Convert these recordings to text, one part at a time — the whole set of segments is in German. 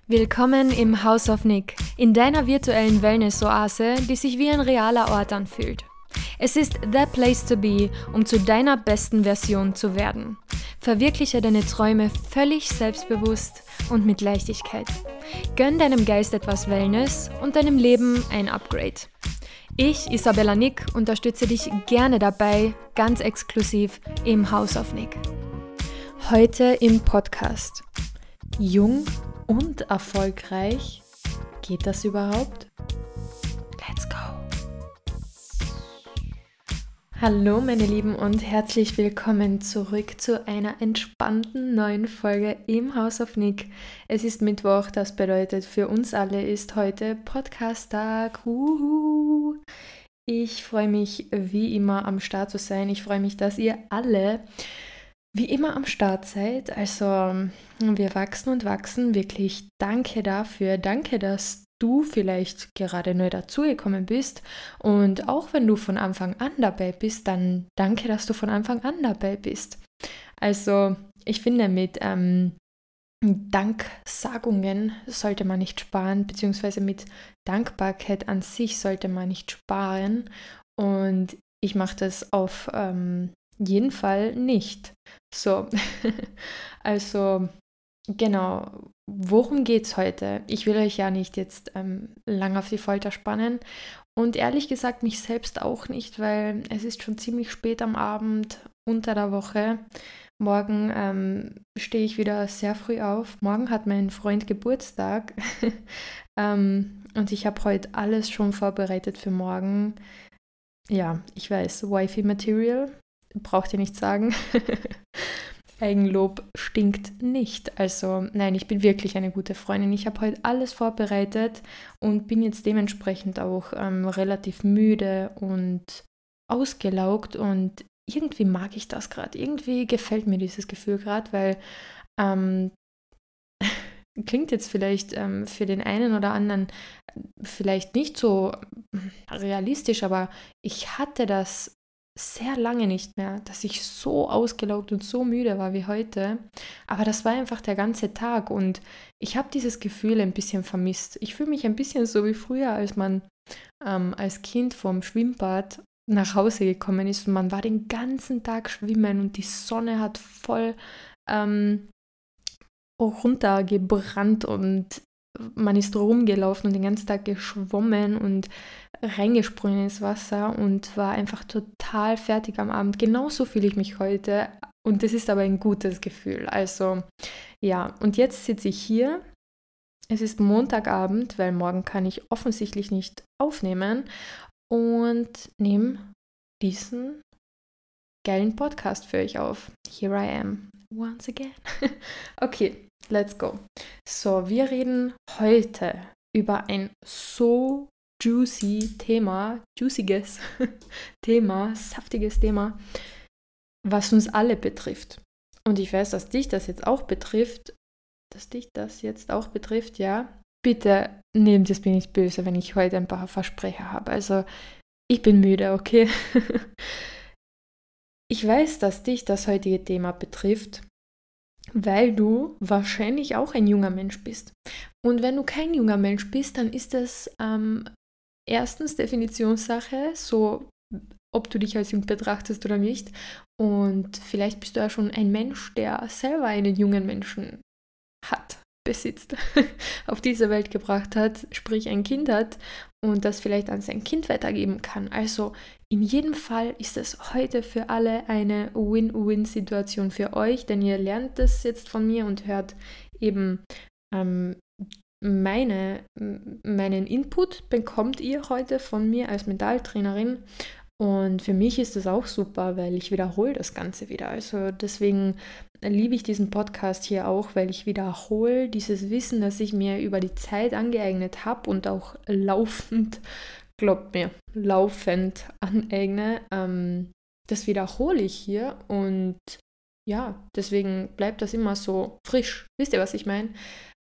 Willkommen im House of Nick, in deiner virtuellen Wellness-Oase, die sich wie ein realer Ort anfühlt. Es ist the place to be, um zu deiner besten Version zu werden. Verwirkliche deine Träume völlig selbstbewusst und mit Leichtigkeit. Gönn deinem Geist etwas Wellness und deinem Leben ein Upgrade. Ich, Isabella Nick, unterstütze dich gerne dabei, ganz exklusiv im House of Nick. Heute im Podcast. Jung und erfolgreich? Geht das überhaupt? Let's go! Hallo meine Lieben und herzlich willkommen zurück zu einer entspannten neuen Folge im House of Nick. Es ist Mittwoch, das bedeutet für uns alle ist heute Podcast-Tag. Ich freue mich wie immer am Start zu sein. Ich freue mich, dass ihr alle wie immer am Start seid. Also wir wachsen und wachsen. Wirklich danke dafür. Danke, dass du vielleicht gerade neu dazugekommen bist. Und auch wenn du von Anfang an dabei bist, dann danke, dass du von Anfang an dabei bist. Also ich finde, mit Danksagungen sollte man nicht sparen, beziehungsweise mit Dankbarkeit an sich sollte man nicht sparen. Und ich mache das auf jeden Fall nicht. So, also genau, worum geht's heute? Ich will euch ja nicht jetzt lang auf die Folter spannen und ehrlich gesagt mich selbst auch nicht, weil es ist schon ziemlich spät am Abend, unter der Woche. Morgen stehe ich wieder sehr früh auf. Morgen hat mein Freund Geburtstag und ich habe heute alles schon vorbereitet für morgen. Ja, ich weiß, Wifi-Material, braucht ihr nicht sagen. Eigenlob stinkt nicht. Also nein, ich bin wirklich eine gute Freundin. Ich habe heute alles vorbereitet und bin jetzt dementsprechend auch relativ müde und ausgelaugt und irgendwie mag ich das gerade. Irgendwie gefällt mir dieses Gefühl gerade, weil klingt jetzt vielleicht für den einen oder anderen vielleicht nicht so realistisch, aber ich hatte das sehr lange nicht mehr, dass ich so ausgelaugt und so müde war wie heute. Aber das war einfach der ganze Tag und ich habe dieses Gefühl ein bisschen vermisst. Ich fühle mich ein bisschen so wie früher, als man als Kind vom Schwimmbad nach Hause gekommen ist und man war den ganzen Tag schwimmen und die Sonne hat voll runtergebrannt und man ist rumgelaufen und den ganzen Tag geschwommen und reingesprungen ins Wasser und war einfach total fertig am Abend. Genauso fühle ich mich heute und das ist aber ein gutes Gefühl. Also ja, und jetzt sitze ich hier. Es ist Montagabend, weil morgen kann ich offensichtlich nicht aufnehmen und nehme diesen geilen Podcast für euch auf. Here I am, once again. Okay, let's go. So, wir reden heute über ein so juiciges Thema, saftiges Thema, was uns alle betrifft. Und ich weiß, dass dich das jetzt auch betrifft, ja. Bitte nehmt es mir nicht böse, wenn ich heute ein paar Versprecher habe. Also, ich bin müde, okay? Ich weiß, dass dich das heutige Thema betrifft, weil du wahrscheinlich auch ein junger Mensch bist. Und wenn du kein junger Mensch bist, dann ist das erstens Definitionssache, so ob du dich als jung betrachtest oder nicht. Und vielleicht bist du ja schon ein Mensch, der selber einen jungen Menschen besitzt, auf diese Welt gebracht hat, sprich ein Kind hat und das vielleicht an sein Kind weitergeben kann. Also in jedem Fall ist es heute für alle eine Win-Win-Situation für euch, denn ihr lernt das jetzt von mir und hört eben meinen Input bekommt ihr heute von mir als Mentaltrainerin. Und für mich ist das auch super, weil ich wiederhole das Ganze wieder. Also deswegen liebe ich diesen Podcast hier auch, weil ich wiederhole dieses Wissen, das ich mir über die Zeit angeeignet habe und auch laufend, glaubt mir, laufend aneigne. Das wiederhole ich hier und ja, deswegen bleibt das immer so frisch. Wisst ihr, was ich meine?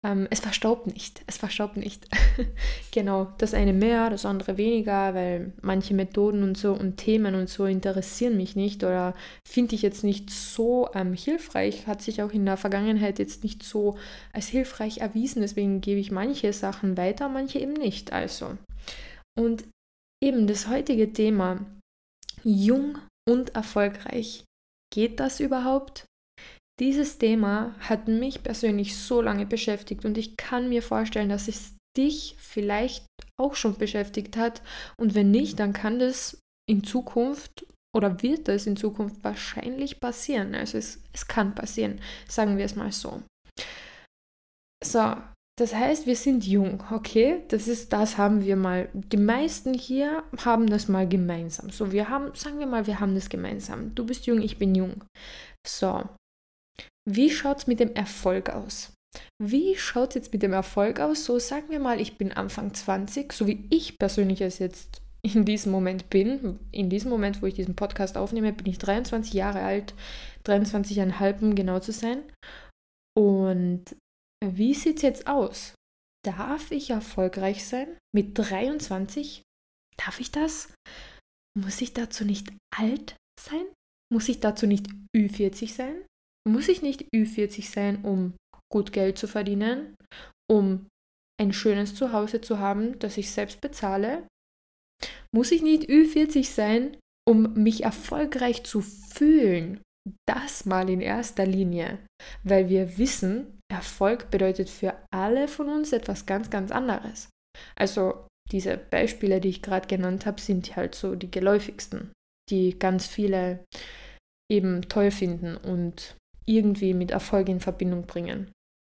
Es verstaubt nicht. Es verstaubt nicht. Genau, das eine mehr, das andere weniger, weil manche Methoden und so und Themen und so interessieren mich nicht oder finde ich jetzt nicht so hilfreich, hat sich auch in der Vergangenheit jetzt nicht so als hilfreich erwiesen, deswegen gebe ich manche Sachen weiter, manche eben nicht. Also. Und eben das heutige Thema, jung und erfolgreich. Geht das überhaupt? Dieses Thema hat mich persönlich so lange beschäftigt und ich kann mir vorstellen, dass es dich vielleicht auch schon beschäftigt hat und wenn nicht, dann kann das in Zukunft oder wird das in Zukunft wahrscheinlich passieren. Also es kann passieren, sagen wir es mal so. So, das heißt, wir sind jung, okay? Das haben wir mal. Die meisten hier haben das mal gemeinsam. So, sagen wir mal, wir haben das gemeinsam. Du bist jung, ich bin jung. So, wie schaut es mit dem Erfolg aus? Wie schaut es jetzt mit dem Erfolg aus? So, sagen wir mal, ich bin Anfang 20, so wie ich persönlich es jetzt in diesem Moment bin. In diesem Moment, wo ich diesen Podcast aufnehme, bin ich 23 Jahre alt, 23,5, um genau zu sein. Und wie sieht es jetzt aus? Darf ich erfolgreich sein? Mit 23? Darf ich das? Muss ich dazu nicht alt sein? Muss ich dazu nicht Ü40 sein? Muss ich nicht Ü40 sein, um gut Geld zu verdienen? Um ein schönes Zuhause zu haben, das ich selbst bezahle? Muss ich nicht Ü40 sein, um mich erfolgreich zu fühlen? Das mal in erster Linie, weil wir wissen, Erfolg bedeutet für alle von uns etwas ganz, ganz anderes. Also diese Beispiele, die ich gerade genannt habe, sind halt so die geläufigsten, die ganz viele eben toll finden und irgendwie mit Erfolg in Verbindung bringen.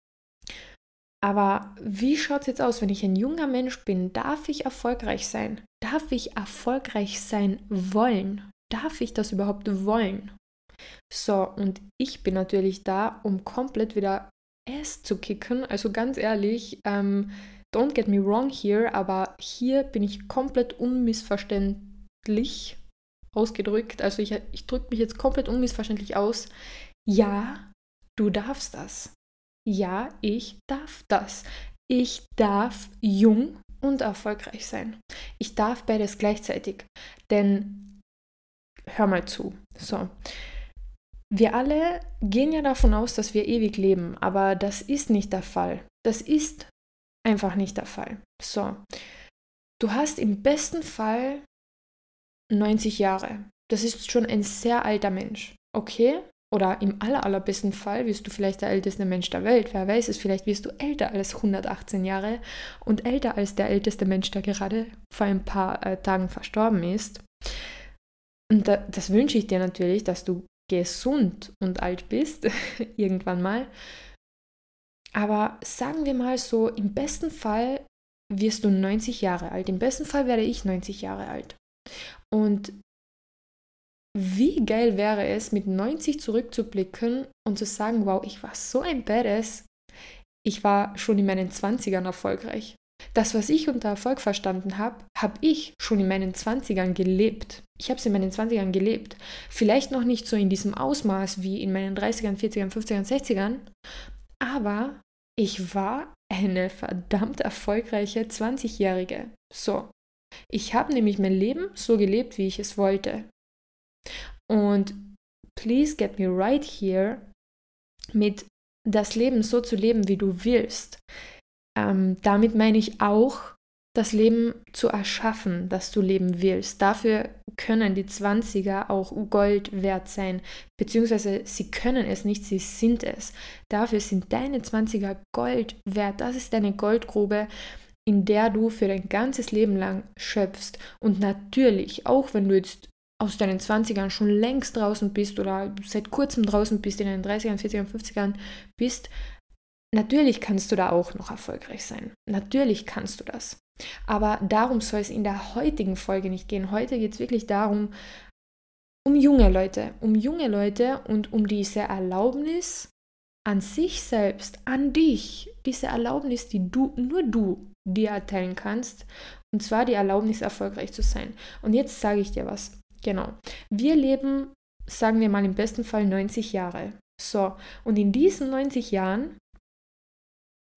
Aber wie schaut es jetzt aus, wenn ich ein junger Mensch bin? Darf ich erfolgreich sein? Darf ich erfolgreich sein wollen? Darf ich das überhaupt wollen? So, und ich bin natürlich da, um komplett wieder Ass zu kicken. Also ganz ehrlich, don't get me wrong here, aber hier bin ich komplett unmissverständlich ausgedrückt. Also ich drücke mich jetzt komplett unmissverständlich aus. Ja, du darfst das. Ja, ich darf das. Ich darf jung und erfolgreich sein. Ich darf beides gleichzeitig. Denn, hör mal zu. So, wir alle gehen ja davon aus, dass wir ewig leben, aber das ist nicht der Fall. Das ist einfach nicht der Fall. So, du hast im besten Fall 90 Jahre. Das ist schon ein sehr alter Mensch, okay? Oder im allerbesten Fall wirst du vielleicht der älteste Mensch der Welt. Wer weiß es, vielleicht wirst du älter als 118 Jahre und älter als der älteste Mensch, der gerade vor ein paar Tagen verstorben ist. Und das wünsche ich dir natürlich, dass du gesund und alt bist, irgendwann mal. Aber sagen wir mal so, im besten Fall wirst du 90 Jahre alt. Im besten Fall werde ich 90 Jahre alt. Und wie geil wäre es, mit 90 zurückzublicken und zu sagen, wow, ich war so ein Badass. Ich war schon in meinen 20ern erfolgreich. Das, was ich unter Erfolg verstanden habe, habe ich schon in meinen 20ern gelebt. Ich habe es in meinen 20ern gelebt. Vielleicht noch nicht so in diesem Ausmaß wie in meinen 30ern, 40ern, 50ern, 60ern, aber ich war eine verdammt erfolgreiche 20-Jährige. So, ich habe nämlich mein Leben so gelebt, wie ich es wollte. Und please get me right here, mit das Leben so zu leben, wie du willst. Damit meine ich auch, das Leben zu erschaffen, das du leben willst. Dafür können die 20er auch Gold wert sein, beziehungsweise sie können es nicht, sie sind es. Dafür sind deine 20er Gold wert. Das ist deine Goldgrube, in der du für dein ganzes Leben lang schöpfst. Und natürlich, auch wenn du jetzt aus deinen 20ern schon längst draußen bist oder seit kurzem draußen bist, in deinen 30ern, 40ern, 50ern bist, natürlich kannst du da auch noch erfolgreich sein. Natürlich kannst du das. Aber darum soll es in der heutigen Folge nicht gehen. Heute geht es wirklich darum, um junge Leute und um diese Erlaubnis an sich selbst, an dich, diese Erlaubnis, die nur du dir erteilen kannst, und zwar die Erlaubnis, erfolgreich zu sein. Und jetzt sage ich dir was. Genau. Wir leben, sagen wir mal im besten Fall 90 Jahre. So, und in diesen 90 Jahren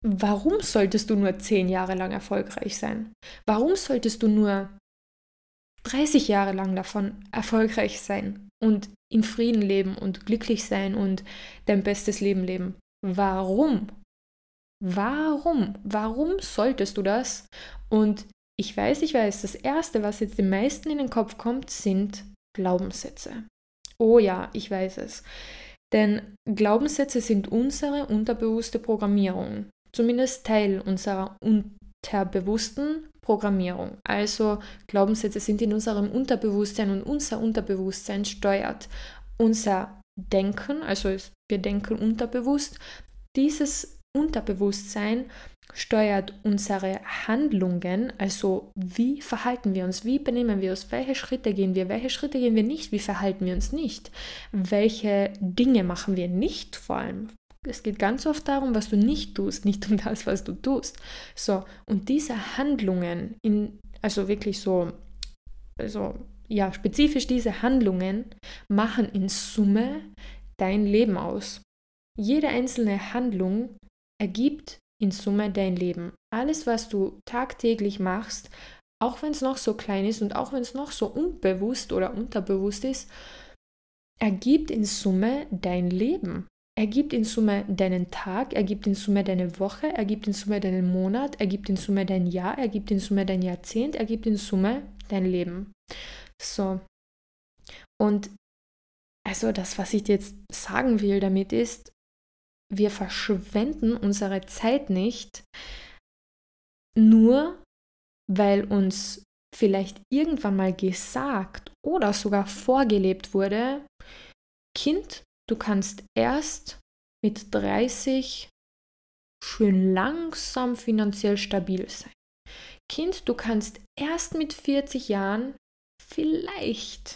Warum solltest du nur 10 Jahre lang erfolgreich sein? Warum solltest du nur 30 Jahre lang davon erfolgreich sein und in Frieden leben und glücklich sein und dein bestes Leben leben? Warum? Warum? Warum solltest du das? Und ich weiß, das Erste, was jetzt den meisten in den Kopf kommt, sind Glaubenssätze. Oh ja, ich weiß es. Denn Glaubenssätze sind unsere unterbewusste Programmierung. Zumindest Teil unserer unterbewussten Programmierung. Also Glaubenssätze sind in unserem Unterbewusstsein und unser Unterbewusstsein steuert unser Denken, also wir denken unterbewusst. Dieses Unterbewusstsein steuert unsere Handlungen, also wie verhalten wir uns, wie benehmen wir uns, welche Schritte gehen wir nicht, wie verhalten wir uns nicht, welche Dinge machen wir nicht vor allem. Es geht ganz oft darum, was du nicht tust, nicht um das, was du tust. So, und diese Handlungen, also wirklich so, also ja, spezifisch diese Handlungen machen in Summe dein Leben aus. Jede einzelne Handlung ergibt in Summe dein Leben. Alles, was du tagtäglich machst, auch wenn es noch so klein ist und auch wenn es noch so unbewusst oder unterbewusst ist, ergibt in Summe dein Leben. Ergibt in Summe deinen Tag, ergibt in Summe deine Woche, ergibt in Summe deinen Monat, ergibt in Summe dein Jahr, ergibt in Summe dein Jahrzehnt, ergibt in Summe dein Leben. So. Und also das, was ich dir jetzt sagen will damit ist, wir verschwenden unsere Zeit nicht, nur weil uns vielleicht irgendwann mal gesagt oder sogar vorgelebt wurde, Kind, du kannst erst mit 30 schön langsam finanziell stabil sein. Kind, du kannst erst mit 40 Jahren vielleicht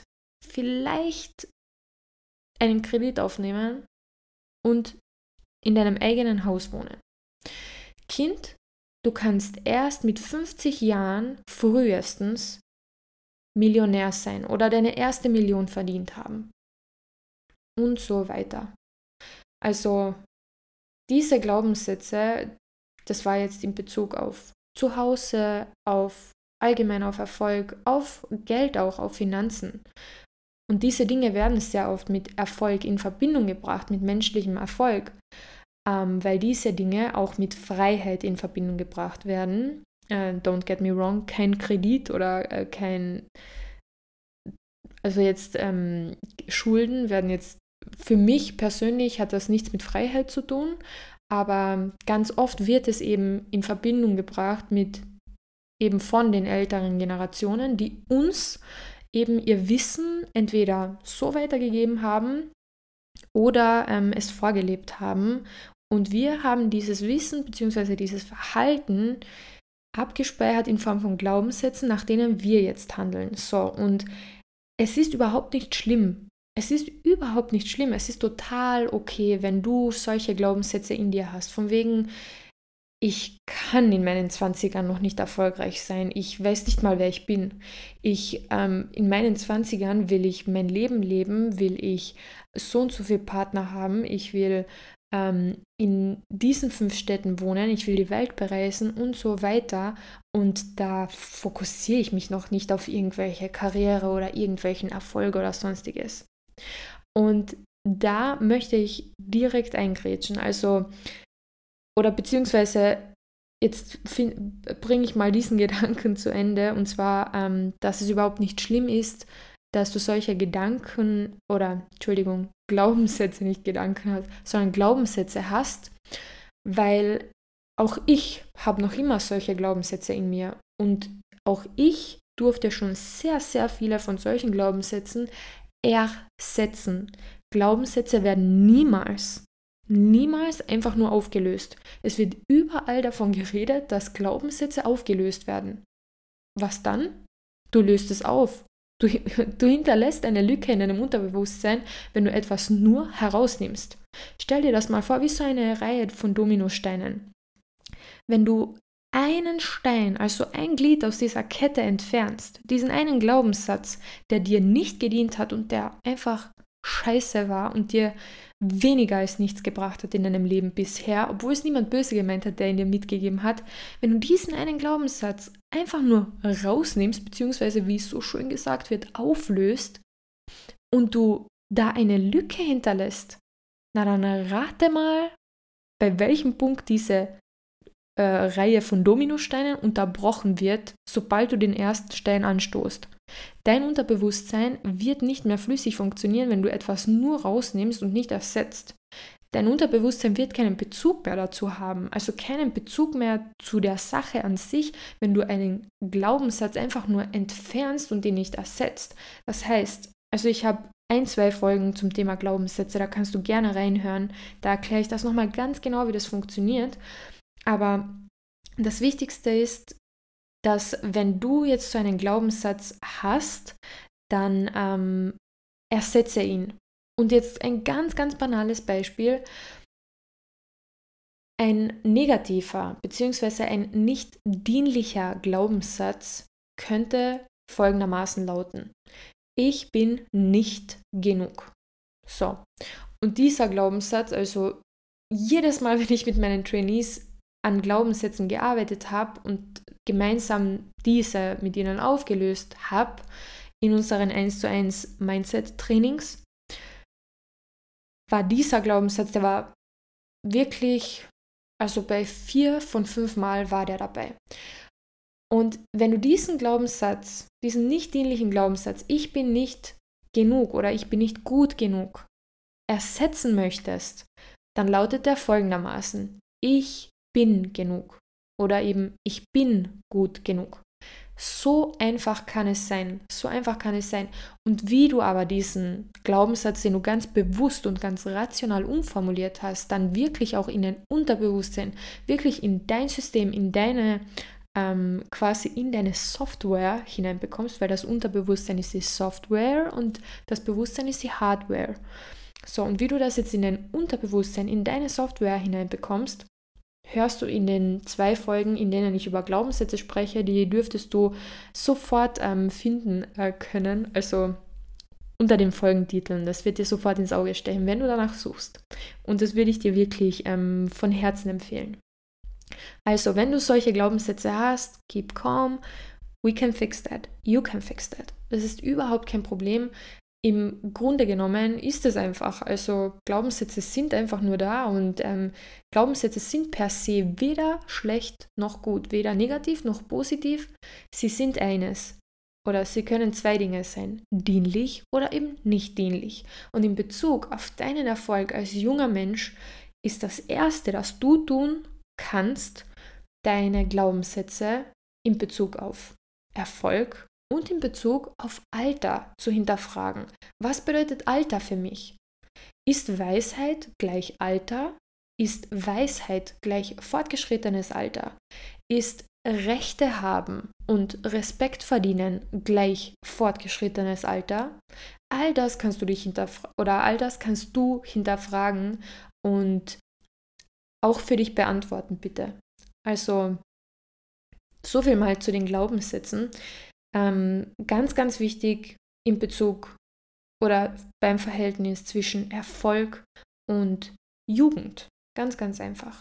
einen Kredit aufnehmen und in deinem eigenen Haus wohnen. Kind, du kannst erst mit 50 Jahren frühestens Millionär sein oder deine erste Million verdient haben. Und so weiter. Also diese Glaubenssätze, das war jetzt in Bezug auf Zuhause, allgemein auf Erfolg, auf Geld auch, auf Finanzen. Und diese Dinge werden sehr oft mit Erfolg in Verbindung gebracht, mit menschlichem Erfolg, weil diese Dinge auch mit Freiheit in Verbindung gebracht werden. Don't get me wrong, kein Kredit oder Schulden werden jetzt, für mich persönlich hat das nichts mit Freiheit zu tun, aber ganz oft wird es eben in Verbindung gebracht mit eben von den älteren Generationen, die uns eben ihr Wissen entweder so weitergegeben haben oder es vorgelebt haben. Und wir haben dieses Wissen bzw. dieses Verhalten abgespeichert in Form von Glaubenssätzen, nach denen wir jetzt handeln. So, und es ist überhaupt nicht schlimm. Es ist überhaupt nicht schlimm. Es ist total okay, wenn du solche Glaubenssätze in dir hast. Von wegen, ich kann in meinen 20ern noch nicht erfolgreich sein. Ich weiß nicht mal, wer ich bin. In meinen 20ern will ich mein Leben leben, will ich so und so viele Partner haben. Ich will in diesen 5 Städten wohnen, ich will die Welt bereisen und so weiter. Und da fokussiere ich mich noch nicht auf irgendwelche Karriere oder irgendwelchen Erfolg oder sonstiges. Und da möchte ich direkt eingrätschen. Also, oder beziehungsweise jetzt bringe ich mal diesen Gedanken zu Ende. Und zwar, dass es überhaupt nicht schlimm ist, dass du solche Glaubenssätze, nicht Gedanken hast, sondern Glaubenssätze hast, weil auch ich habe noch immer solche Glaubenssätze in mir und auch ich durfte schon sehr, sehr viele von solchen Glaubenssätzen ersetzen. Glaubenssätze werden niemals einfach nur aufgelöst. Es wird überall davon geredet, dass Glaubenssätze aufgelöst werden. Was dann? Du löst es auf. Du hinterlässt eine Lücke in deinem Unterbewusstsein, wenn du etwas nur herausnimmst. Stell dir das mal vor, wie so eine Reihe von Dominosteinen. Wenn du einen Stein, also ein Glied aus dieser Kette entfernst, diesen einen Glaubenssatz, der dir nicht gedient hat und der einfach scheiße war und dir weniger als nichts gebracht hat in deinem Leben bisher, obwohl es niemand böse gemeint hat, der ihn dir mitgegeben hat, wenn du diesen einen Glaubenssatz einfach nur rausnimmst, beziehungsweise, wie es so schön gesagt wird, auflöst und du da eine Lücke hinterlässt, na dann rate mal, bei welchem Punkt diese Reihe von Dominosteinen unterbrochen wird, sobald du den ersten Stein anstoßt. Dein Unterbewusstsein wird nicht mehr flüssig funktionieren, wenn du etwas nur rausnimmst und nicht ersetzt. Dein Unterbewusstsein wird keinen Bezug mehr dazu haben, also keinen Bezug mehr zu der Sache an sich, wenn du einen Glaubenssatz einfach nur entfernst und ihn nicht ersetzt. Das heißt, also ich habe 2 Folgen zum Thema Glaubenssätze, da kannst du gerne reinhören, da erkläre ich das nochmal ganz genau, wie das funktioniert. Aber das Wichtigste ist, dass wenn du jetzt so einen Glaubenssatz hast, dann ersetze ihn. Und jetzt ein ganz, ganz banales Beispiel. Ein negativer bzw. ein nicht dienlicher Glaubenssatz könnte folgendermaßen lauten: Ich bin nicht genug. So, und dieser Glaubenssatz, also jedes Mal, wenn ich mit meinen Trainees an Glaubenssätzen gearbeitet habe und gemeinsam diese mit ihnen aufgelöst habe in unseren 1:1 Mindset-Trainings, war dieser Glaubenssatz, der war wirklich, also bei 4 von 5 Mal war der dabei. Und wenn du diesen Glaubenssatz, diesen nicht dienlichen Glaubenssatz, ich bin nicht genug oder ich bin nicht gut genug, ersetzen möchtest, dann lautet der folgendermaßen: Ich bin genug oder eben ich bin gut genug. So einfach kann es sein, so einfach kann es sein. Und wie du aber diesen Glaubenssatz, den du ganz bewusst und ganz rational umformuliert hast, dann wirklich auch in dein Unterbewusstsein, wirklich in dein System, in deine quasi in deine Software hineinbekommst, weil das Unterbewusstsein ist die Software und das Bewusstsein ist die Hardware. So, und wie du das jetzt in dein Unterbewusstsein, in deine Software hineinbekommst, hörst du in den 2 Folgen, in denen ich über Glaubenssätze spreche, die dürftest du sofort finden können, also unter den Folgentiteln. Das wird dir sofort ins Auge stechen, wenn du danach suchst. Und das würde ich dir wirklich von Herzen empfehlen. Also, wenn du solche Glaubenssätze hast, keep calm, we can fix that, you can fix that. Das ist überhaupt kein Problem. Im Grunde genommen ist es einfach, also Glaubenssätze sind einfach nur da und Glaubenssätze sind per se weder schlecht noch gut, weder negativ noch positiv. Sie sind eines oder sie können 2 Dinge sein, dienlich oder eben nicht dienlich. Und in Bezug auf deinen Erfolg als junger Mensch ist das Erste, das du tun kannst, deine Glaubenssätze in Bezug auf Erfolg und in Bezug auf Alter zu hinterfragen. Was bedeutet Alter für mich? Ist Weisheit gleich Alter? Ist Weisheit gleich fortgeschrittenes Alter? Ist Rechte haben und Respekt verdienen gleich fortgeschrittenes Alter? All das kannst du all das kannst du hinterfragen und auch für dich beantworten, bitte. Also, so viel mal zu den Glaubenssätzen. Ganz, ganz wichtig in Bezug oder beim Verhältnis zwischen Erfolg und Jugend. Ganz, ganz einfach.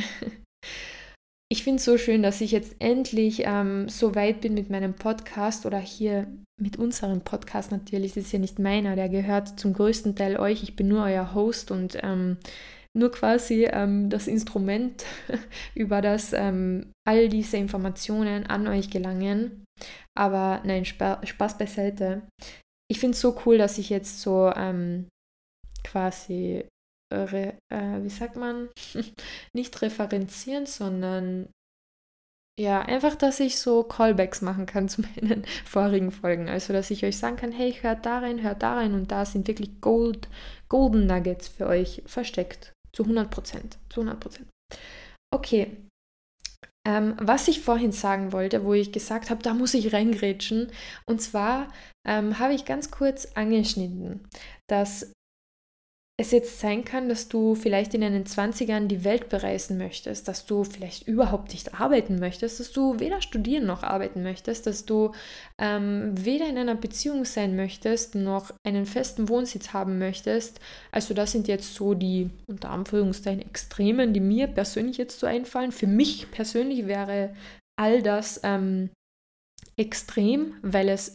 Ich finde es so schön, dass ich jetzt endlich so weit bin mit meinem Podcast oder hier mit unserem Podcast natürlich. Das ist ja nicht meiner, der gehört zum größten Teil euch. Ich bin nur euer Host und nur quasi das Instrument, über das all diese Informationen an euch gelangen. Aber nein, Spaß beiseite. Ich finde es so cool, dass ich jetzt so quasi, wie sagt man, nicht referenzieren, sondern ja, einfach, dass ich so Callbacks machen kann zu meinen vorigen Folgen. Also, dass ich euch sagen kann, hey, hört da rein und da sind wirklich Golden Nuggets für euch versteckt. Zu 100%. Zu 100%. Okay. Was ich vorhin sagen wollte, wo ich gesagt habe, da muss ich reingrätschen. Und zwar habe ich ganz kurz angeschnitten, dass es jetzt sein kann, dass du vielleicht in deinen 20ern die Welt bereisen möchtest, dass du vielleicht überhaupt nicht arbeiten möchtest, dass du weder studieren noch arbeiten möchtest, dass du weder in einer Beziehung sein möchtest, noch einen festen Wohnsitz haben möchtest. Also das sind jetzt so die, unter Anführungszeichen, Extremen, die mir persönlich jetzt so einfallen. Für mich persönlich wäre all das extrem, weil es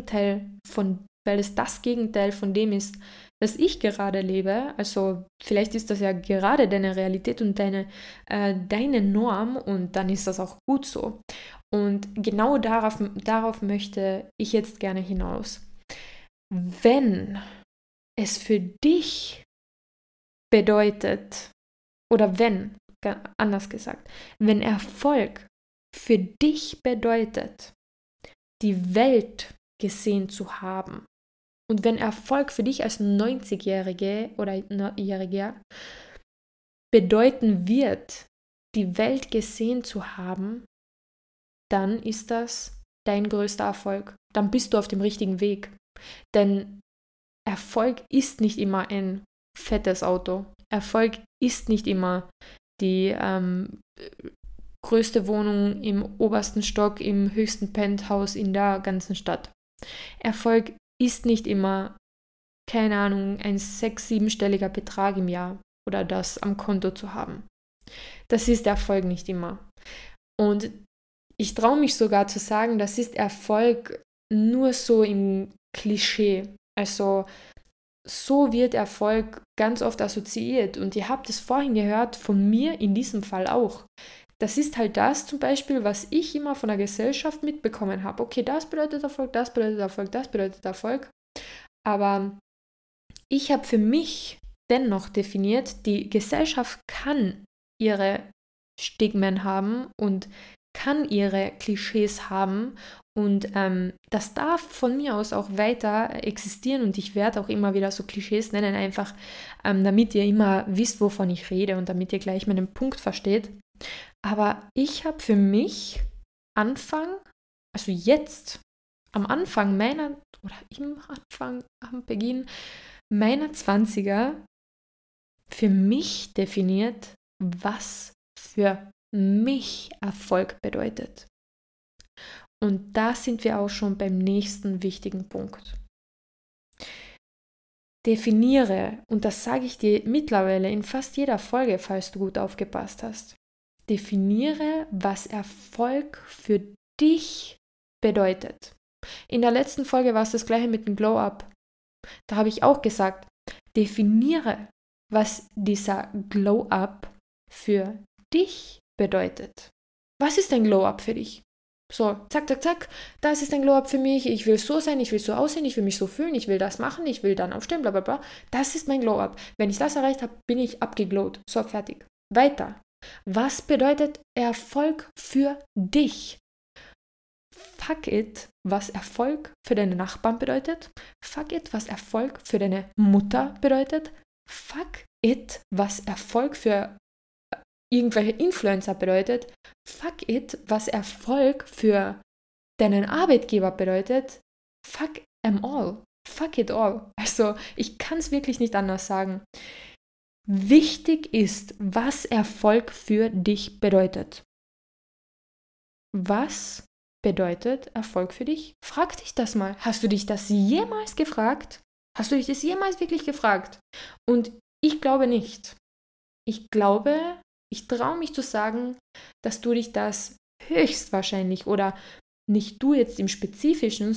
das Gegenteil von dem ist, das ich gerade lebe. Also vielleicht ist das ja gerade deine Realität und deine Norm und dann ist das auch gut so. Und genau darauf möchte ich jetzt gerne hinaus. Wenn es für dich bedeutet, oder anders gesagt, wenn Erfolg für dich bedeutet, die Welt gesehen zu haben, und wenn Erfolg für dich als 90-Jährige oder Jähriger bedeuten wird, die Welt gesehen zu haben, dann ist das dein größter Erfolg. Dann bist du auf dem richtigen Weg. Denn Erfolg ist nicht immer ein fettes Auto. Erfolg ist nicht immer die größte Wohnung im obersten Stock, im höchsten Penthouse in der ganzen Stadt. Erfolg ist nicht immer, keine Ahnung, ein 6-, 7-stelliger Betrag im Jahr oder das am Konto zu haben. Das ist Erfolg nicht immer. Und ich traue mich sogar zu sagen, das ist Erfolg nur so im Klischee. Also so wird Erfolg ganz oft assoziiert. Und ihr habt es vorhin gehört, von mir in diesem Fall auch. Das ist halt das zum Beispiel, was ich immer von der Gesellschaft mitbekommen habe. Okay, das bedeutet Erfolg, das bedeutet Erfolg, das bedeutet Erfolg. Aber ich habe für mich dennoch definiert, die Gesellschaft kann ihre Stigmen haben und kann ihre Klischees haben und das darf von mir aus auch weiter existieren und ich werde auch immer wieder so Klischees nennen, einfach damit ihr immer wisst, wovon ich rede und damit ihr gleich meinen Punkt versteht. Aber ich habe für mich also jetzt, am Beginn meiner 20er für mich definiert, was für mich Erfolg bedeutet. Und da sind wir auch schon beim nächsten wichtigen Punkt. Definiere, und das sage ich dir mittlerweile in fast jeder Folge, falls du gut aufgepasst hast, definiere, was Erfolg für dich bedeutet. In der letzten Folge war es das gleiche mit dem Glow-Up. Da habe ich auch gesagt, definiere, was dieser Glow-Up für dich bedeutet. Was ist ein Glow-Up für dich? So, zack, zack, zack, das ist ein Glow-Up für mich, ich will so sein, ich will so aussehen, ich will mich so fühlen, ich will das machen, ich will dann aufstehen, bla bla bla. Das ist mein Glow-Up. Wenn ich das erreicht habe, bin ich abgeglowt. So, fertig. Weiter. Was bedeutet Erfolg für dich? Fuck it, was Erfolg für deine Nachbarn bedeutet. Fuck it, was Erfolg für deine Mutter bedeutet. Fuck it, was Erfolg für irgendwelche Influencer bedeutet. Fuck it, was Erfolg für deinen Arbeitgeber bedeutet. Fuck them all. Fuck it all. Also ich kann es wirklich nicht anders sagen. Wichtig ist, was Erfolg für dich bedeutet. Was bedeutet Erfolg für dich? Frag dich das mal. Hast du dich das jemals gefragt? Hast du dich das jemals wirklich gefragt? Und ich glaube nicht. Ich glaube, ich traue mich zu sagen, dass du dich das höchstwahrscheinlich oder nicht du jetzt im Speziellen,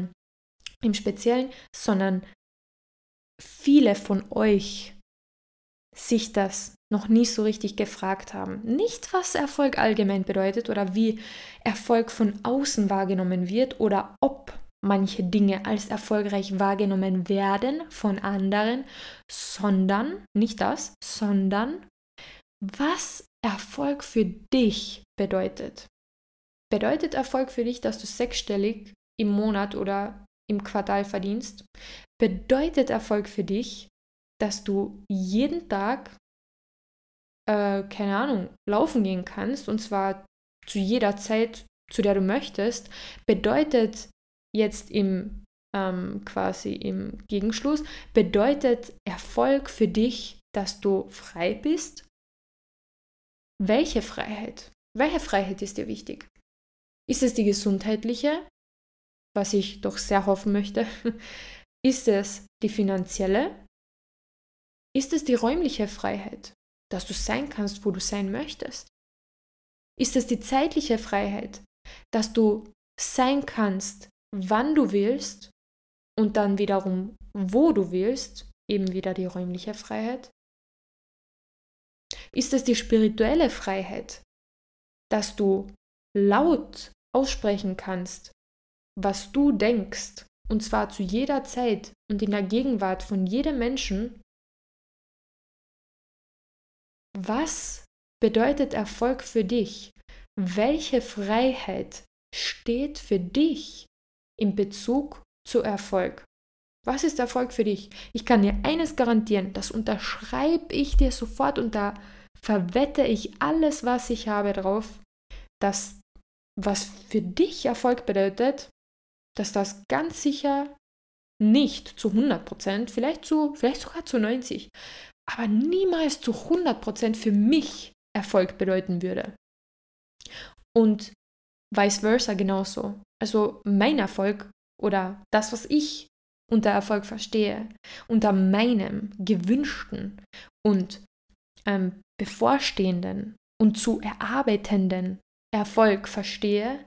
sondern viele von euch sich das noch nie so richtig gefragt haben. Nicht, was Erfolg allgemein bedeutet oder wie Erfolg von außen wahrgenommen wird oder ob manche Dinge als erfolgreich wahrgenommen werden von anderen, sondern, nicht das, sondern was Erfolg für dich bedeutet. Bedeutet Erfolg für dich, dass du 6-stellig im Monat oder im Quartal verdienst? Bedeutet Erfolg für dich, dass du jeden Tag, keine Ahnung, laufen gehen kannst und zwar zu jeder Zeit, zu der du möchtest? Bedeutet jetzt im quasi im Gegenschluss, bedeutet Erfolg für dich, dass du frei bist? Welche Freiheit? Welche Freiheit ist dir wichtig? Ist es die gesundheitliche, was ich doch sehr hoffen möchte? Ist es die finanzielle? Ist es die räumliche Freiheit, dass du sein kannst, wo du sein möchtest? Ist es die zeitliche Freiheit, dass du sein kannst, wann du willst und dann wiederum, wo du willst, eben wieder die räumliche Freiheit? Ist es die spirituelle Freiheit, dass du laut aussprechen kannst, was du denkst, und zwar zu jeder Zeit und in der Gegenwart von jedem Menschen? Was bedeutet Erfolg für dich? Welche Freiheit steht für dich in Bezug zu Erfolg? Was ist Erfolg für dich? Ich kann dir eines garantieren, das unterschreibe ich dir sofort und da verwette ich alles, was ich habe drauf, dass was für dich Erfolg bedeutet, dass das ganz sicher nicht zu 100%, vielleicht sogar zu 90%, aber niemals zu 100% für mich Erfolg bedeuten würde. Und vice versa genauso. Also mein Erfolg oder das, was ich unter Erfolg verstehe, unter meinem gewünschten und bevorstehenden und zu erarbeitenden Erfolg verstehe,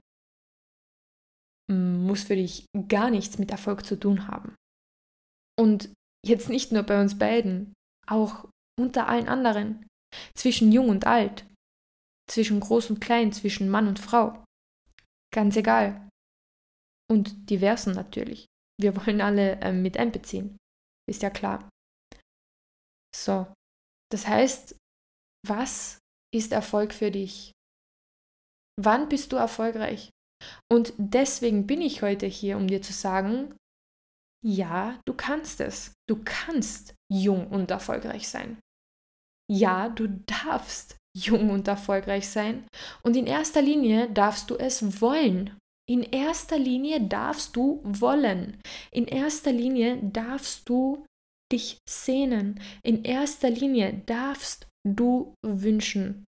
muss für dich gar nichts mit Erfolg zu tun haben. Und jetzt nicht nur bei uns beiden, auch unter allen anderen, zwischen Jung und Alt, zwischen Groß und Klein, zwischen Mann und Frau. Ganz egal. Und diversen natürlich. Wir wollen alle mit einbeziehen. Ist ja klar. So, das heißt, was ist Erfolg für dich? Wann bist du erfolgreich? Und deswegen bin ich heute hier, um dir zu sagen, ja, du kannst es. Du kannst jung und erfolgreich sein. Ja, du darfst jung und erfolgreich sein. Und in erster Linie darfst du es wollen. In erster Linie darfst du wollen. In erster Linie darfst du dich sehnen. In erster Linie darfst du wünschen.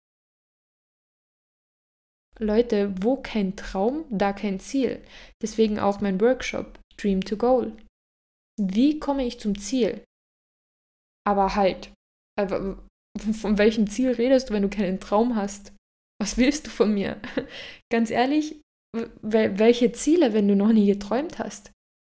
Leute, wo kein Traum, da kein Ziel. Deswegen auch mein Workshop Dream to Goal. Wie komme ich zum Ziel? Aber halt, von welchem Ziel redest du, wenn du keinen Traum hast? Was willst du von mir? Ganz ehrlich, welche Ziele, wenn du noch nie geträumt hast?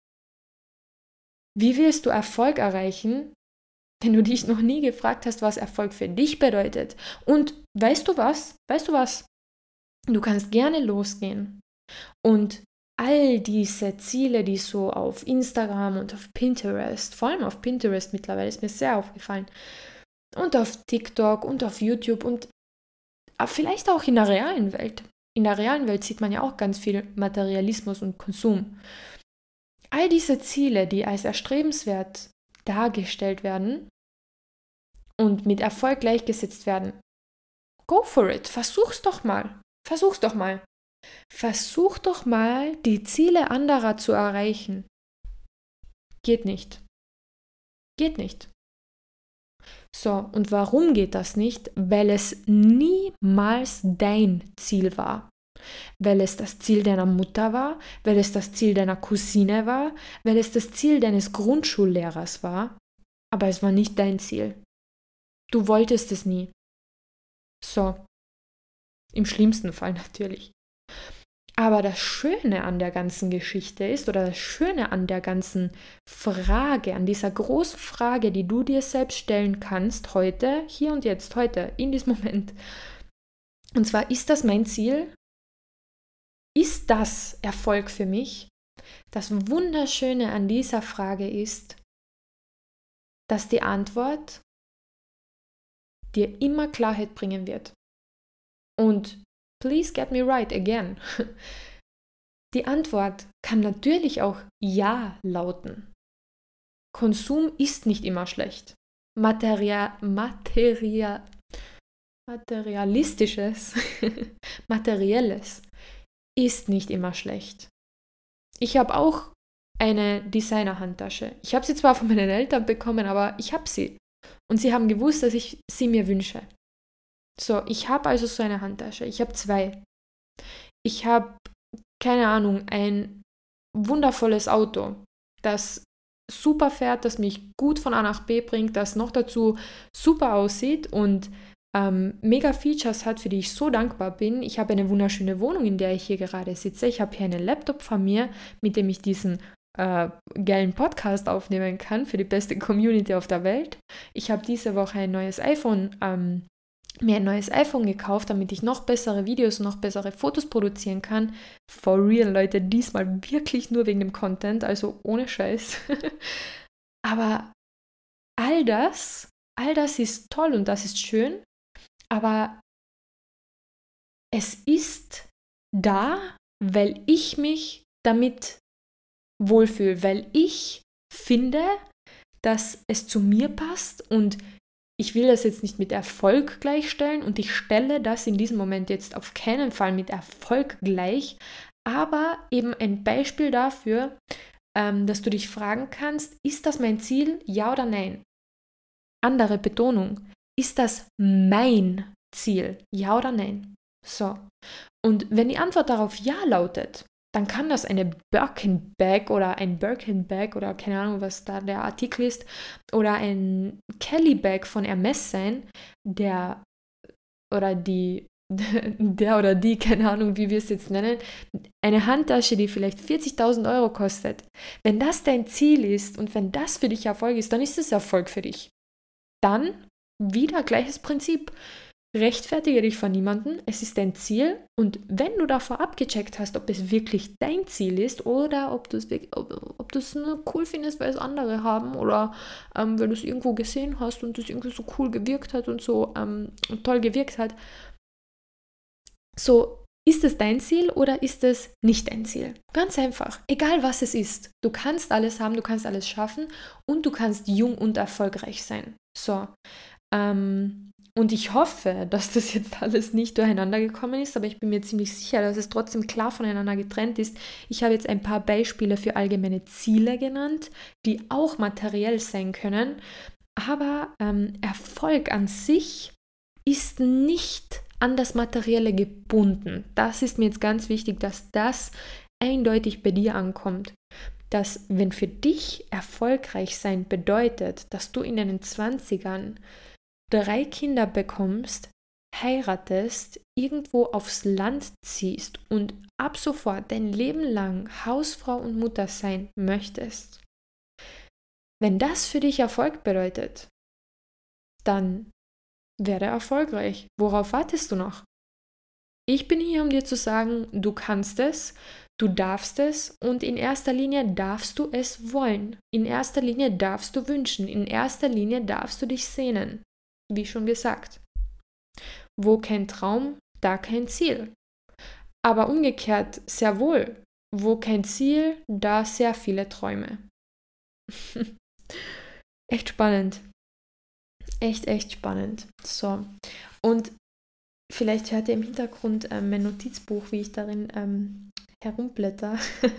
Wie willst du Erfolg erreichen, wenn du dich noch nie gefragt hast, was Erfolg für dich bedeutet? Und weißt du was? Weißt du was? Du kannst gerne losgehen und all diese Ziele, die so auf Instagram und auf Pinterest, vor allem auf Pinterest mittlerweile, ist mir sehr aufgefallen, und auf TikTok und auf YouTube und vielleicht auch in der realen Welt. In der realen Welt sieht man ja auch ganz viel Materialismus und Konsum. All diese Ziele, die als erstrebenswert dargestellt werden und mit Erfolg gleichgesetzt werden, go for it, versuch's doch mal. Versuch's doch mal. Versuch doch mal, die Ziele anderer zu erreichen. Geht nicht. Geht nicht. So, und warum geht das nicht? Weil es niemals dein Ziel war. Weil es das Ziel deiner Mutter war, weil es das Ziel deiner Cousine war, weil es das Ziel deines Grundschullehrers war, aber es war nicht dein Ziel. Du wolltest es nie. So, im schlimmsten Fall natürlich. Aber das Schöne an der ganzen Geschichte ist, oder das Schöne an der ganzen Frage, an dieser großen Frage, die du dir selbst stellen kannst, heute, hier und jetzt, heute, in diesem Moment. Und zwar, ist das mein Ziel? Ist das Erfolg für mich? Das Wunderschöne an dieser Frage ist, dass die Antwort dir immer Klarheit bringen wird. Und please get me right again. Die Antwort kann natürlich auch Ja lauten. Konsum ist nicht immer schlecht. Materialistisches, Materielles ist nicht immer schlecht. Ich habe auch eine Designer-Handtasche. Ich habe sie zwar von meinen Eltern bekommen, aber ich habe sie. Und sie haben gewusst, dass ich sie mir wünsche. So, ich habe also so eine Handtasche. Ich habe 2. Ich habe, keine Ahnung, ein wundervolles Auto, das super fährt, das mich gut von A nach B bringt, das noch dazu super aussieht und mega Features hat, für die ich so dankbar bin. Ich habe eine wunderschöne Wohnung, in der ich hier gerade sitze. Ich habe hier einen Laptop von mir, mit dem ich diesen geilen Podcast aufnehmen kann für die beste Community auf der Welt. Ich habe diese Woche mir ein neues iPhone gekauft, damit ich noch bessere Videos, noch bessere Fotos produzieren kann. For real, Leute, diesmal wirklich nur wegen dem Content, also ohne Scheiß. Aber all das ist toll und das ist schön, aber es ist da, weil ich mich damit wohlfühle, weil ich finde, dass es zu mir passt und ich will das jetzt nicht mit Erfolg gleichstellen und ich stelle das in diesem Moment jetzt auf keinen Fall mit Erfolg gleich, aber eben ein Beispiel dafür, dass du dich fragen kannst, ist das mein Ziel, ja oder nein? Andere Betonung, ist das mein Ziel, ja oder nein? So, und wenn die Antwort darauf ja lautet, dann kann das eine Birkin-Bag oder ein Birkin-Bag oder keine Ahnung, was da der Artikel ist, oder ein Kelly-Bag von Hermes sein, der oder die, der oder die, keine Ahnung, wie wir es jetzt nennen, eine Handtasche, die vielleicht 40.000 Euro kostet. Wenn das dein Ziel ist und wenn das für dich Erfolg ist, dann ist es Erfolg für dich. Dann wieder gleiches Prinzip. Rechtfertige dich vor niemandem, es ist dein Ziel und wenn du davor abgecheckt hast, ob es wirklich dein Ziel ist oder ob du es nur cool findest, weil es andere haben oder weil du es irgendwo gesehen hast und es irgendwie so cool gewirkt hat und so toll gewirkt hat, so ist es dein Ziel oder ist es nicht dein Ziel? Ganz einfach, egal was es ist, du kannst alles haben, du kannst alles schaffen und du kannst jung und erfolgreich sein. So, und ich hoffe, dass das jetzt alles nicht durcheinander gekommen ist, aber ich bin mir ziemlich sicher, dass es trotzdem klar voneinander getrennt ist. Ich habe jetzt ein paar Beispiele für allgemeine Ziele genannt, die auch materiell sein können, aber Erfolg an sich ist nicht an das Materielle gebunden. Das ist mir jetzt ganz wichtig, dass das eindeutig bei dir ankommt. Dass, wenn für dich erfolgreich sein bedeutet, dass du in deinen 20ern 3 Kinder bekommst, heiratest, irgendwo aufs Land ziehst und ab sofort dein Leben lang Hausfrau und Mutter sein möchtest. Wenn das für dich Erfolg bedeutet, dann werde erfolgreich. Worauf wartest du noch? Ich bin hier, um dir zu sagen, du kannst es, du darfst es und in erster Linie darfst du es wollen. In erster Linie darfst du wünschen. In erster Linie darfst du dich sehnen. Wie schon gesagt. Wo kein Traum, da kein Ziel. Aber umgekehrt sehr wohl. Wo kein Ziel, da sehr viele Träume. Echt spannend. Echt spannend. So. Und vielleicht hört ihr im Hintergrund mein Notizbuch, wie ich darin herumblätter.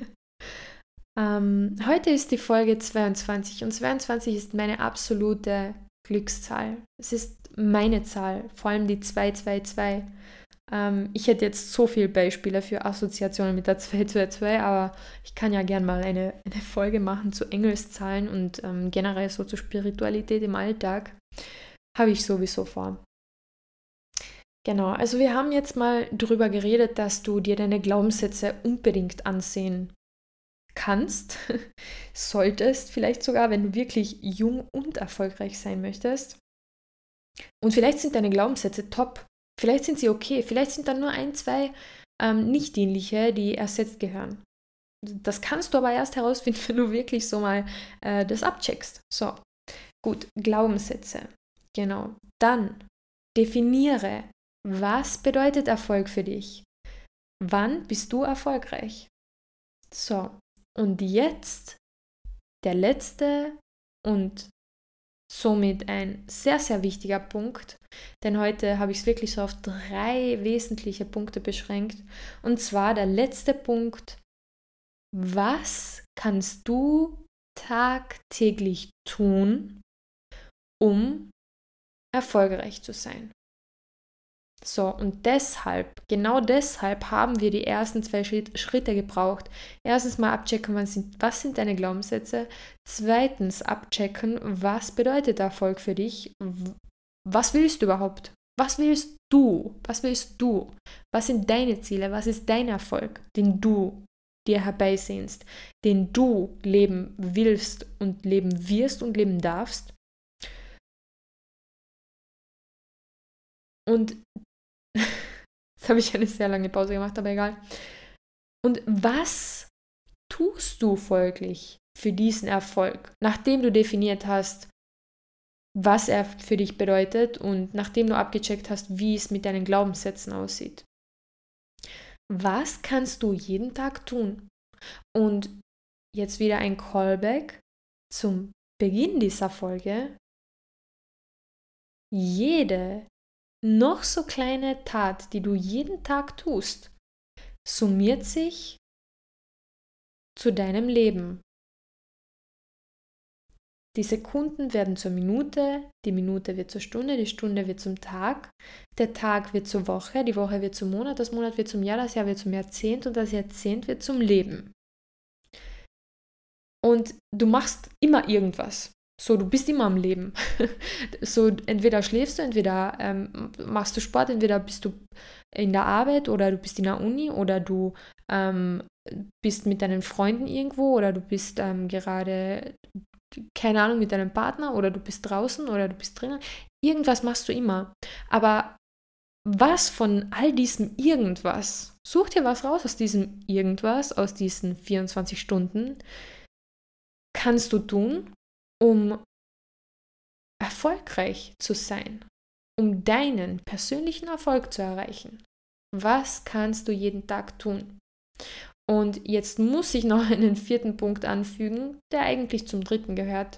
Heute ist die Folge 22 und 22 ist meine absolute Glückszahl. Es ist meine Zahl, vor allem die 222. Ich hätte jetzt so viele Beispiele für Assoziationen mit der 222, aber ich kann ja gern mal eine Folge machen zu Engelszahlen und generell so zur Spiritualität im Alltag. Habe ich sowieso vor. Genau, also wir haben jetzt mal darüber geredet, dass du dir deine Glaubenssätze unbedingt ansehen kannst, solltest, vielleicht sogar, wenn du wirklich jung und erfolgreich sein möchtest. Und vielleicht sind deine Glaubenssätze top, vielleicht sind sie okay, vielleicht sind dann nur 1, 2 nicht dienliche, die ersetzt gehören. Das kannst du aber erst herausfinden, wenn du wirklich so mal das abcheckst. So, gut, Glaubenssätze. Genau. Dann definiere, was bedeutet Erfolg für dich? Wann bist du erfolgreich? So, und jetzt der letzte und somit ein sehr, sehr wichtiger Punkt, denn heute habe ich es wirklich so auf 3 wesentliche Punkte beschränkt. Und zwar der letzte Punkt, Was kannst du tagtäglich tun, um erfolgreich zu sein? So, und genau deshalb haben wir die ersten 2 Schritte gebraucht. Erstens mal abchecken, was sind deine Glaubenssätze? Zweitens abchecken, was bedeutet Erfolg für dich? Was willst du überhaupt? Was willst du? Was willst du? Was sind deine Ziele? Was ist dein Erfolg, den du dir herbeisehnst, den du leben willst und leben wirst und leben darfst? Und jetzt habe ich eine sehr lange Pause gemacht, aber egal. Und was tust du folglich für diesen Erfolg, nachdem du definiert hast, was er für dich bedeutet und nachdem du abgecheckt hast, wie es mit deinen Glaubenssätzen aussieht? Was kannst du jeden Tag tun? Und jetzt wieder ein Callback zum Beginn dieser Folge. Jede noch so kleine Tat, die du jeden Tag tust, summiert sich zu deinem Leben. Die Sekunden werden zur Minute, die Minute wird zur Stunde, die Stunde wird zum Tag, der Tag wird zur Woche, die Woche wird zum Monat, das Monat wird zum Jahr, das Jahr wird zum Jahrzehnt und das Jahrzehnt wird zum Leben. Und du machst immer irgendwas. So, du bist immer am Leben. So, entweder schläfst du, entweder machst du Sport, entweder bist du in der Arbeit oder du bist in der Uni oder du bist mit deinen Freunden irgendwo oder du bist gerade, keine Ahnung, mit deinem Partner oder du bist draußen oder du bist drinnen. Irgendwas machst du immer. Aber was von all diesem irgendwas, such dir was raus aus diesem irgendwas, aus diesen 24 Stunden, kannst du tun, um erfolgreich zu sein, um deinen persönlichen Erfolg zu erreichen? Was kannst du jeden Tag tun? Und jetzt muss ich noch einen 4. Punkt anfügen, der eigentlich zum 3. gehört.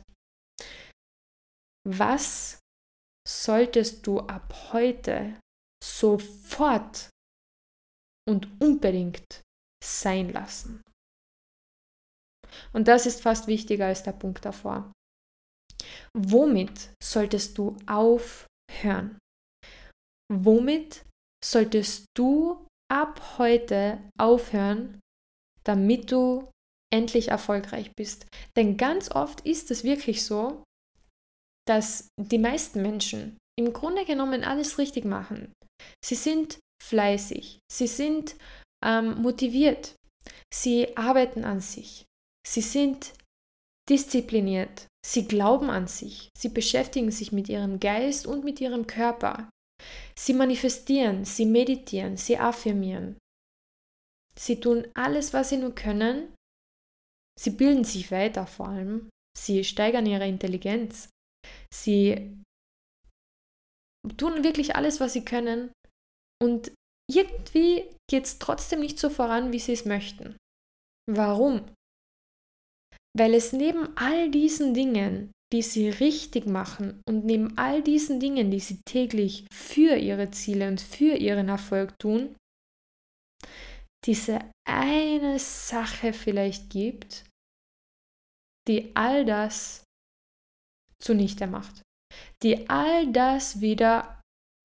Was solltest du ab heute sofort und unbedingt sein lassen? Und das ist fast wichtiger als der Punkt davor. Womit solltest du aufhören? Womit solltest du ab heute aufhören, damit du endlich erfolgreich bist? Denn ganz oft ist es wirklich so, dass die meisten Menschen im Grunde genommen alles richtig machen. Sie sind fleißig, sie sind motiviert, sie arbeiten an sich, sie sind diszipliniert, sie glauben an sich, sie beschäftigen sich mit ihrem Geist und mit ihrem Körper. Sie manifestieren, sie meditieren, sie affirmieren. Sie tun alles, was sie nur können. Sie bilden sich weiter vor allem. Sie steigern ihre Intelligenz. Sie tun wirklich alles, was sie können. Und irgendwie geht es trotzdem nicht so voran, wie sie es möchten. Warum? Weil es neben all diesen Dingen, die sie richtig machen und neben all diesen Dingen, die sie täglich für ihre Ziele und für ihren Erfolg tun, diese eine Sache vielleicht gibt, die all das zunichte macht, die all das wieder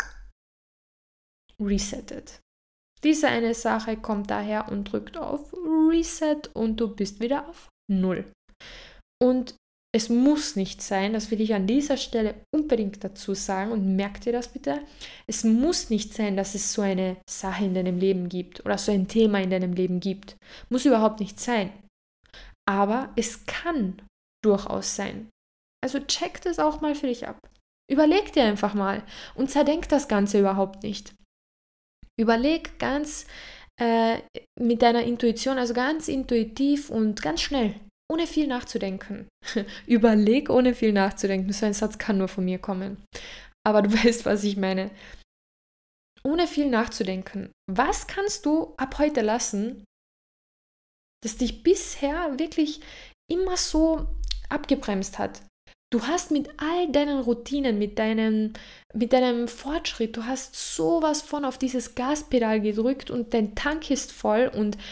resettet. Diese eine Sache kommt daher und drückt auf Reset und du bist wieder auf Null. Und es muss nicht sein, das will ich an dieser Stelle unbedingt dazu sagen und merkt ihr das bitte, es muss nicht sein, dass es so eine Sache in deinem Leben gibt oder so ein Thema in deinem Leben gibt. Muss überhaupt nicht sein. Aber es kann durchaus sein. Also check das auch mal für dich ab. Überleg dir einfach mal und zerdenk das Ganze überhaupt nicht. Überleg ganz mit deiner Intuition, also ganz intuitiv und ganz schnell, ohne viel nachzudenken. Überleg, ohne viel nachzudenken. So ein Satz kann nur von mir kommen. Aber du weißt, was ich meine. Ohne viel nachzudenken. Was kannst du ab heute lassen, das dich bisher wirklich immer so abgebremst hat? Du hast mit all deinen Routinen, mit deinem Fortschritt, du hast sowas von auf dieses Gaspedal gedrückt und dein Tank ist voll und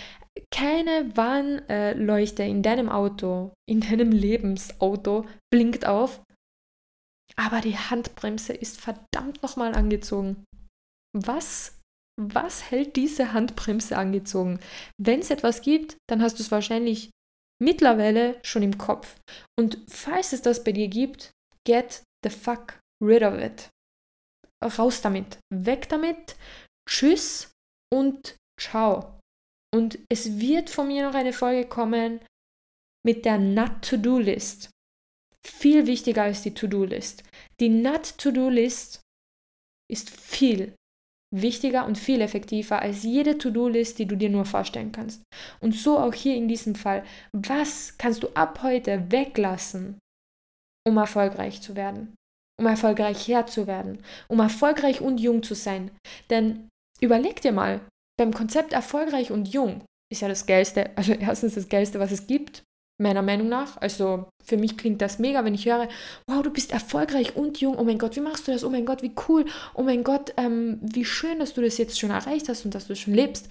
Keine Warnleuchte in deinem Auto, in deinem Lebensauto blinkt auf, aber die Handbremse ist verdammt nochmal angezogen. Was hält diese Handbremse angezogen? Wenn es etwas gibt, dann hast du es wahrscheinlich mittlerweile schon im Kopf. Und falls es das bei dir gibt, get the fuck rid of it. Raus damit, weg damit, tschüss und ciao. Und es wird von mir noch eine Folge kommen mit der Not-to-Do-List. Viel wichtiger als die To-Do-List. Die Not-to-Do-List ist viel wichtiger und viel effektiver als jede To-Do-List, die du dir nur vorstellen kannst. Und so auch hier in diesem Fall. Was kannst du ab heute weglassen, um erfolgreich zu werden? Um erfolgreicher zu werden? Um erfolgreich und jung zu sein? Denn überleg dir mal, beim Konzept erfolgreich und jung ist ja das Geilste, also erstens das Geilste, was es gibt, meiner Meinung nach. Also für mich klingt das mega, wenn ich höre, wow, du bist erfolgreich und jung, oh mein Gott, wie machst du das? Oh mein Gott, wie cool, oh mein Gott, wie schön, dass du das jetzt schon erreicht hast und dass du es schon lebst.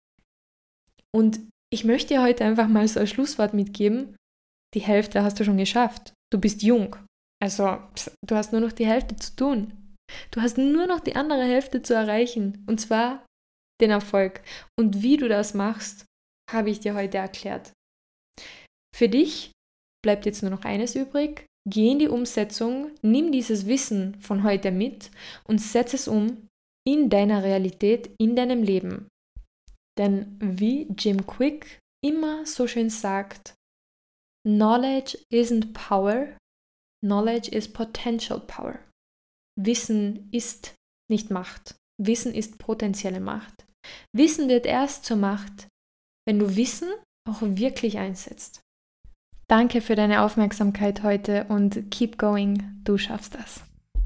Und ich möchte dir heute einfach mal so ein Schlusswort mitgeben, die Hälfte hast du schon geschafft. Du bist jung. Also du hast nur noch die Hälfte zu tun. Du hast nur noch die andere Hälfte zu erreichen. Und zwar den Erfolg. Und wie du das machst, habe ich dir heute erklärt. Für dich bleibt jetzt nur noch eines übrig. Geh in die Umsetzung, nimm dieses Wissen von heute mit und setz es um in deiner Realität, in deinem Leben. Denn wie Jim Quick immer so schön sagt, Knowledge isn't power, knowledge is potential power. Wissen ist nicht Macht, Wissen ist potenzielle Macht. Wissen wird erst zur Macht, wenn du Wissen auch wirklich einsetzt. Danke für deine Aufmerksamkeit heute und keep going, du schaffst das.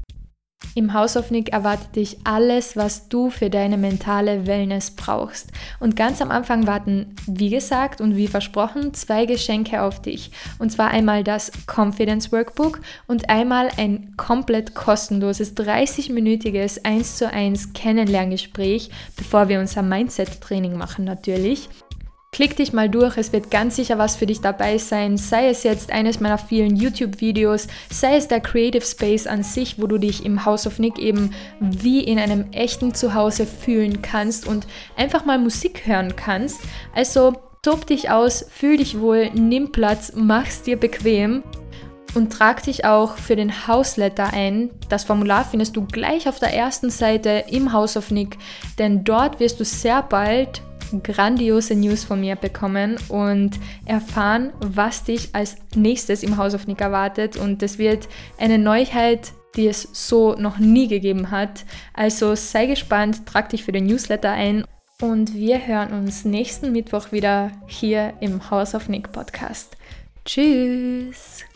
Im House of Nick erwartet dich alles, was du für deine mentale Wellness brauchst. Und ganz am Anfang warten, wie gesagt und wie versprochen, 2 Geschenke auf dich. Und zwar einmal das Confidence Workbook und einmal ein komplett kostenloses 30-minütiges 1:1 Kennenlerngespräch, bevor wir unser Mindset-Training machen natürlich. Klick dich mal durch, es wird ganz sicher was für dich dabei sein, sei es jetzt eines meiner vielen YouTube-Videos, sei es der Creative Space an sich, wo du dich im House of Nick eben wie in einem echten Zuhause fühlen kannst und einfach mal Musik hören kannst. Also tob dich aus, fühl dich wohl, nimm Platz, mach's dir bequem und trag dich auch für den House-Letter ein. Das Formular findest du gleich auf der ersten Seite im House of Nick, denn dort wirst du sehr bald grandiose News von mir bekommen und erfahren, was dich als nächstes im House of Nick erwartet. Und es wird eine Neuigkeit, die es so noch nie gegeben hat. Also sei gespannt, trag dich für den Newsletter ein und wir hören uns nächsten Mittwoch wieder hier im House of Nick Podcast. Tschüss!